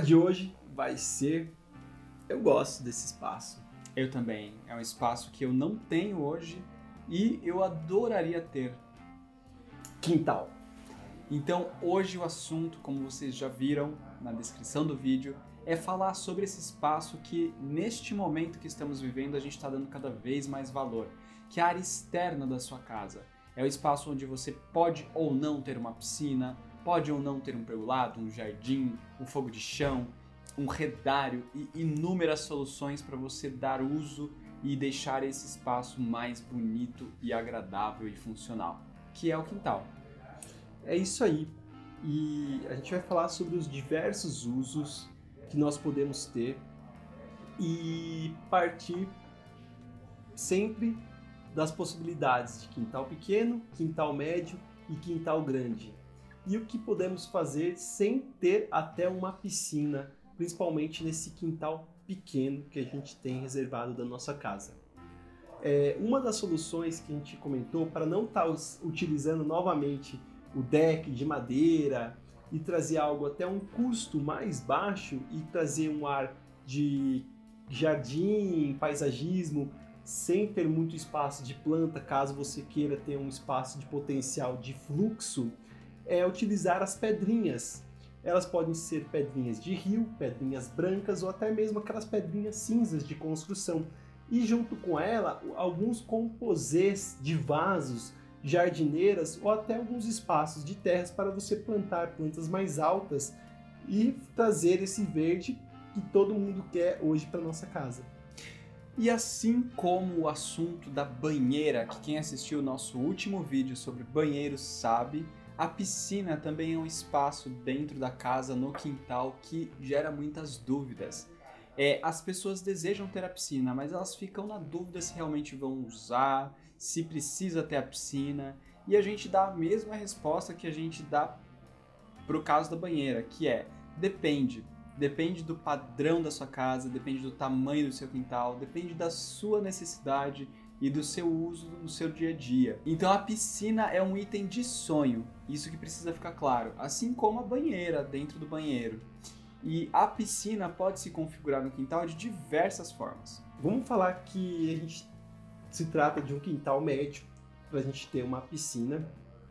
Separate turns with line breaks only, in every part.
de hoje vai ser... Eu gosto desse espaço.
Eu também. É um espaço que eu não tenho hoje e eu adoraria ter.
Quintal.
Então, hoje o assunto, como vocês já viram na descrição do vídeo, é falar sobre esse espaço que, neste momento que estamos vivendo, a gente está dando cada vez mais valor, que é a área externa da sua casa. É o espaço onde você pode ou não ter uma piscina, pode ou não ter um pergolado, um jardim, um fogo de chão, um redário e inúmeras soluções para você dar uso e deixar esse espaço mais bonito e agradável e funcional, que é o quintal.
É isso aí. E a gente vai falar sobre os diversos usos que nós podemos ter e partir sempre das possibilidades de quintal pequeno, quintal médio e quintal grande. E o que podemos fazer sem ter até uma piscina, principalmente nesse quintal pequeno que a gente tem reservado da nossa casa. Uma das soluções que a gente comentou para não estar utilizando novamente o deck de madeira e trazer algo até um custo mais baixo e trazer um ar de jardim, paisagismo, sem ter muito espaço de planta, caso você queira ter um espaço de potencial de fluxo, é utilizar as pedrinhas. Elas podem ser pedrinhas de rio, pedrinhas brancas ou até mesmo aquelas pedrinhas cinzas de construção. E junto com ela, alguns composês de vasos, jardineiras ou até alguns espaços de terras para você plantar plantas mais altas e trazer esse verde que todo mundo quer hoje para nossa casa.
E assim como o assunto da banheira, que quem assistiu o nosso último vídeo sobre banheiros sabe, a piscina também é um espaço dentro da casa, no quintal, que gera muitas dúvidas. As pessoas desejam ter a piscina, mas elas ficam na dúvida se realmente vão usar, se precisa ter a piscina, e a gente dá a mesma resposta que a gente dá para o caso da banheira, que é depende. Depende do padrão da sua casa, depende do tamanho do seu quintal, depende da sua necessidade e do seu uso no seu dia a dia. Então a piscina é um item de sonho, isso que precisa ficar claro, assim como a banheira dentro do banheiro. E a piscina pode se configurar no quintal de diversas formas.
Vamos falar que a gente se trata de um quintal médio para a gente ter uma piscina,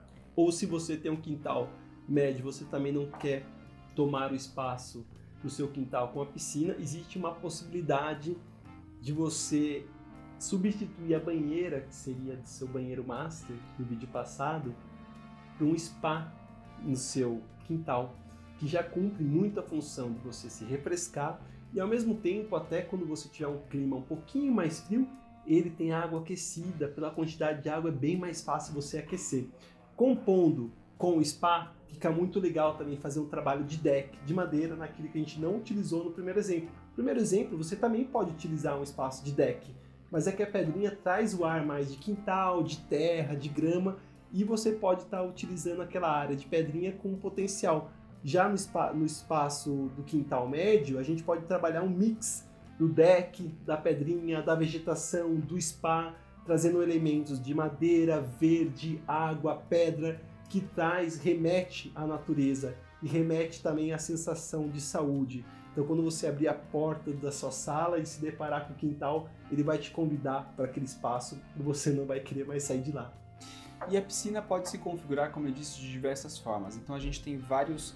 ou se você tem um quintal médio, você também não quer tomar o espaço do seu quintal com a piscina, existe uma possibilidade de você substituir a banheira, que seria do seu banheiro master no vídeo passado, por um spa no seu quintal, que já cumpre muito a função de você se refrescar e ao mesmo tempo, até quando você tiver um clima um pouquinho mais frio, ele tem água aquecida, pela quantidade de água é bem mais fácil você aquecer. Compondo com o spa, fica muito legal também fazer um trabalho de deck, de madeira, naquilo que a gente não utilizou no primeiro exemplo. No primeiro exemplo, você também pode utilizar um espaço de deck, mas é que a pedrinha traz o ar mais de quintal, de terra, de grama, e você pode estar utilizando aquela área de pedrinha com potencial. Já no espaço do quintal médio, a gente pode trabalhar um mix do deck, da pedrinha, da vegetação, do spa, trazendo elementos de madeira, verde, água, pedra, que remete à natureza e remete também à sensação de saúde. Então quando você abrir a porta da sua sala e se deparar com o quintal, ele vai te convidar para aquele espaço e você não vai querer mais sair de lá.
E a piscina pode se configurar, como eu disse, de diversas formas. Então a gente tem vários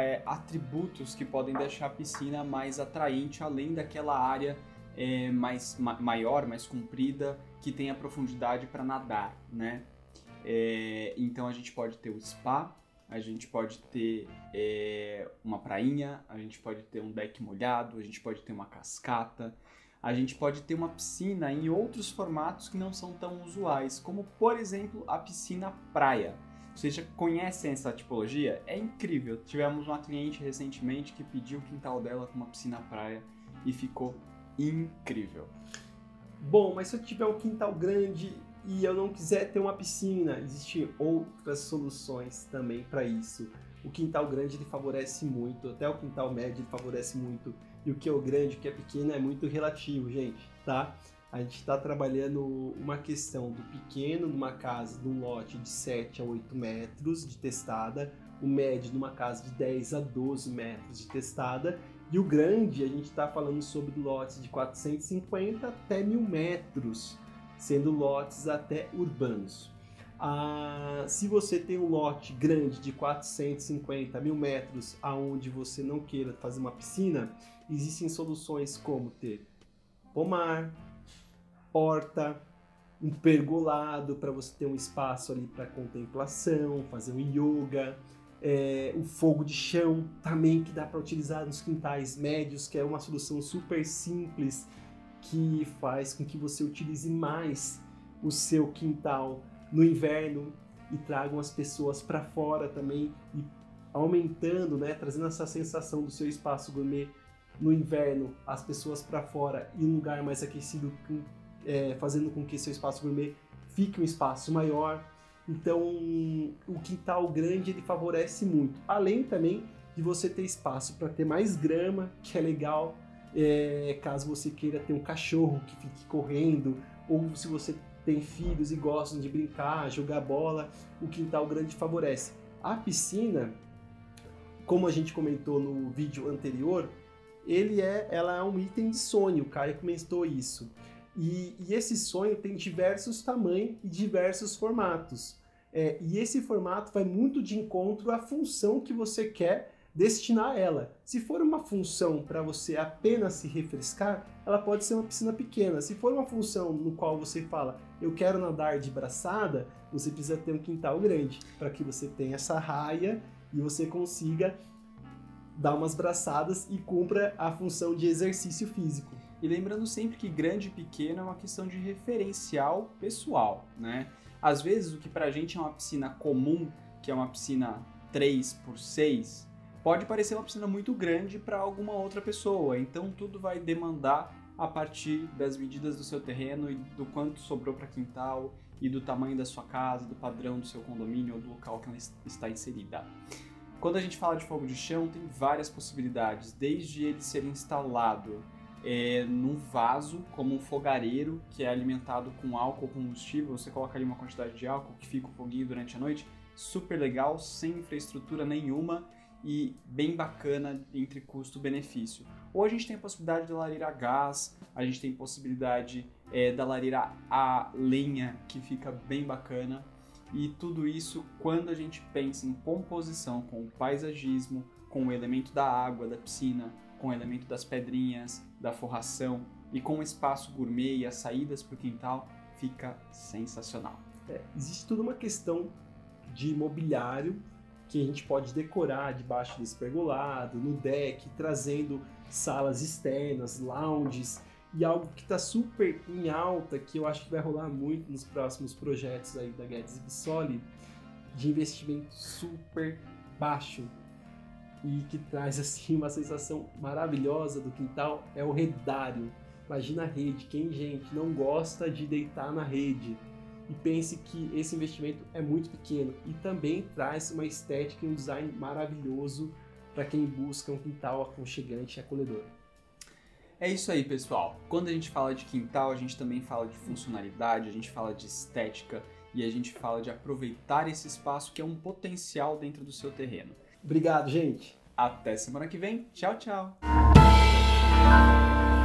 atributos que podem deixar a piscina mais atraente, além daquela área maior, mais comprida, que tem a profundidade para nadar, né? Então a gente pode ter o spa, a gente pode ter uma prainha, a gente pode ter um deck molhado, a gente pode ter uma cascata, a gente pode ter uma piscina em outros formatos que não são tão usuais, como por exemplo a piscina praia. Vocês já conhecem essa tipologia? É incrível. Tivemos uma cliente recentemente que pediu o quintal dela com uma piscina praia e ficou incrível.
Bom, mas se eu tiver um quintal grande e eu não quiser ter uma piscina, existem outras soluções também para isso. O quintal grande ele favorece muito, até o quintal médio ele favorece muito, e o que é o grande, o que é pequeno é muito relativo, gente, tá? A gente está trabalhando uma questão do pequeno numa casa, num lote de 7 a 8 metros de testada, o médio numa casa de 10 a 12 metros de testada, E o grande, a gente está falando sobre lotes de 450 até 1.000 metros, sendo lotes até urbanos. Se você tem um lote grande de 450 1.000 metros, aonde você não queira fazer uma piscina, existem soluções como ter pomar, horta, um pergolado para você ter um espaço ali para contemplação, fazer um yoga, o fogo de chão também que dá para utilizar nos quintais médios, que é uma solução super simples que faz com que você utilize mais o seu quintal no inverno e tragam as pessoas para fora também e aumentando, né, trazendo essa sensação do seu espaço gourmet no inverno, as pessoas para fora e um lugar mais aquecido, fazendo com que seu espaço gourmet fique um espaço maior. Então, o quintal grande ele favorece muito, além também de você ter espaço para ter mais grama, que é legal, caso você queira ter um cachorro que fique correndo, ou se você tem filhos e gostam de brincar, jogar bola, o quintal grande favorece. A piscina, como a gente comentou no vídeo anterior, ela é um item de sonho, o Caio comentou isso. E esse sonho tem diversos tamanhos e diversos formatos. E esse formato vai muito de encontro à função que você quer destinar ela. Se for uma função para você apenas se refrescar, ela pode ser uma piscina pequena. Se for uma função no qual você fala, eu quero nadar de braçada, você precisa ter um quintal grande, para que você tenha essa raia e você consiga dar umas braçadas e cumpra a função de exercício físico.
E lembrando sempre que grande e pequeno é uma questão de referencial pessoal, né? Às vezes o que pra gente é uma piscina comum, que é uma piscina 3x6, pode parecer uma piscina muito grande para alguma outra pessoa. Então tudo vai demandar a partir das medidas do seu terreno e do quanto sobrou para quintal e do tamanho da sua casa, do padrão do seu condomínio ou do local que ela está inserida. Quando a gente fala de fogo de chão, tem várias possibilidades, desde ele ser instalado num vaso, como um fogareiro, que é alimentado com álcool combustível, você coloca ali uma quantidade de álcool que fica o foguinho durante a noite, super legal, sem infraestrutura nenhuma e bem bacana entre custo-benefício. Ou a gente tem a possibilidade da lareira a gás, a gente tem possibilidade da lareira a lenha, que fica bem bacana. E tudo isso quando a gente pensa em composição com o paisagismo, com o elemento da água, da piscina, com o elemento das pedrinhas, da forração e com o espaço gourmet e as saídas para o quintal, fica sensacional.
Existe toda uma questão de mobiliário que a gente pode decorar debaixo desse pergolado, no deck, trazendo salas externas, lounges, e algo que está super em alta, que eu acho que vai rolar muito nos próximos projetos aí da Guedes e Bissoli, de investimento super baixo e que traz assim uma sensação maravilhosa do quintal, é o redário. Imagina a rede, quem, gente, não gosta de deitar na rede? E pense que esse investimento é muito pequeno e também traz uma estética e um design maravilhoso para quem busca um quintal aconchegante e acolhedor.
É isso aí, pessoal. Quando a gente fala de quintal, a gente também fala de funcionalidade, a gente fala de estética e a gente fala de aproveitar esse espaço que é um potencial dentro do seu terreno.
Obrigado, gente.
Até semana que vem. Tchau, tchau.